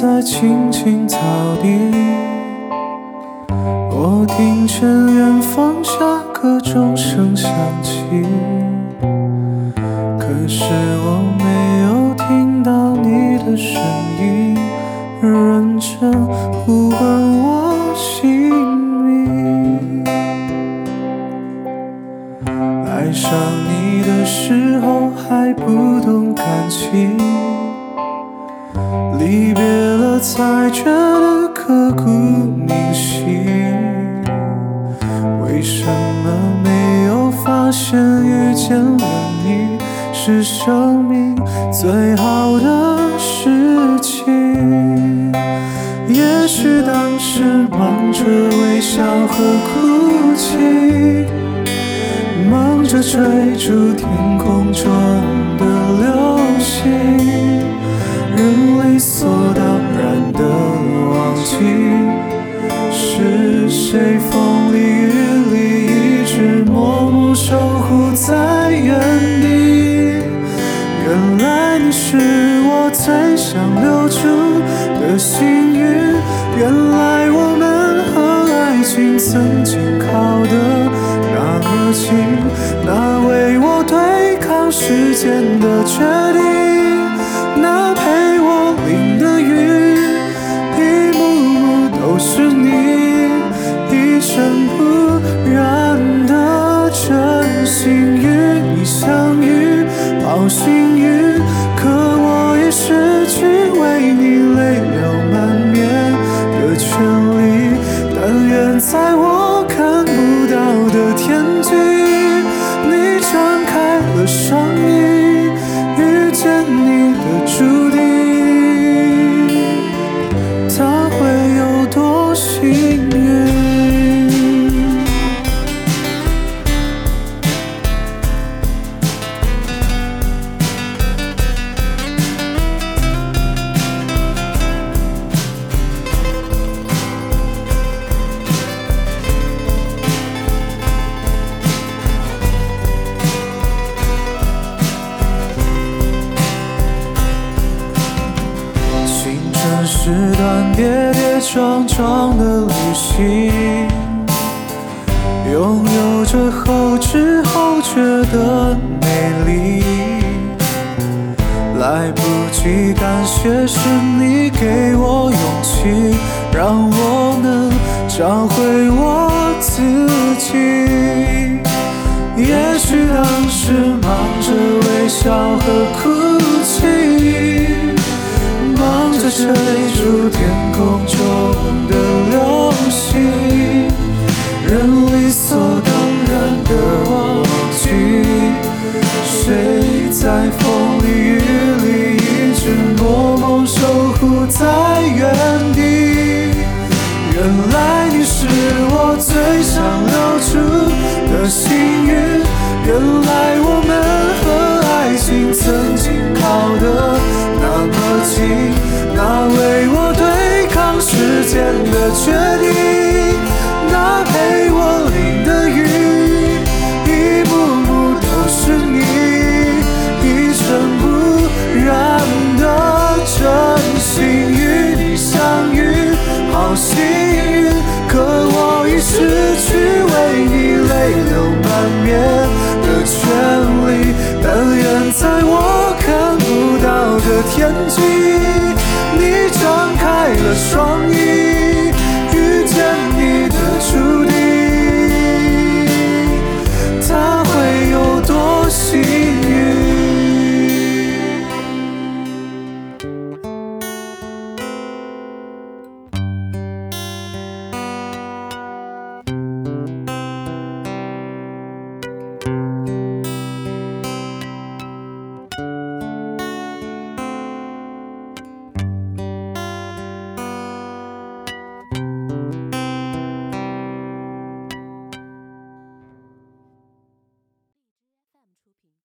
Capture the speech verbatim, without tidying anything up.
在青青草地，我听见远方下课钟声响起，可是我没有听到你的声音，认真呼唤我姓名。爱上你的时候还不懂感情，离别了才觉得刻骨铭心。为什么没有发现遇见了你是生命最好的事情？也许当时忙着微笑和哭泣，忙着追逐天空中的流星，人理所当然的忘记，是谁风里雨里一直默默守护在原地。原来你是我最想留住的幸运，原来我们和爱情曾经靠得那么近，那为我对抗时间的决定，那陪我淋的雨，一幕幕都是你，一尘不染的真心与你相遇，好幸运，可我已失去为你泪流满面的权利，但愿在我看不到的天际，你张开了双翼，遇见你的注定，它会有多幸运？是段跌跌撞撞的旅行，拥有着后知后觉的美丽，来不及感谢是你给我勇气，让我能找回我自己。也许当时忙着微笑和哭泣，忙着追逐天空中的流星，人理所当然的忘记，谁在风里雨里一直默默守护在原地。原来你是我最想留住的幸运，原来我们和爱情曾经靠得那么近，那为我对抗时间的决定，那陪我淋的雨，一幕幕都是你，一尘不染的真心与你相遇，好幸运，可我已失去为你泪流满面的权利，但愿在我看不到的天际，你张开了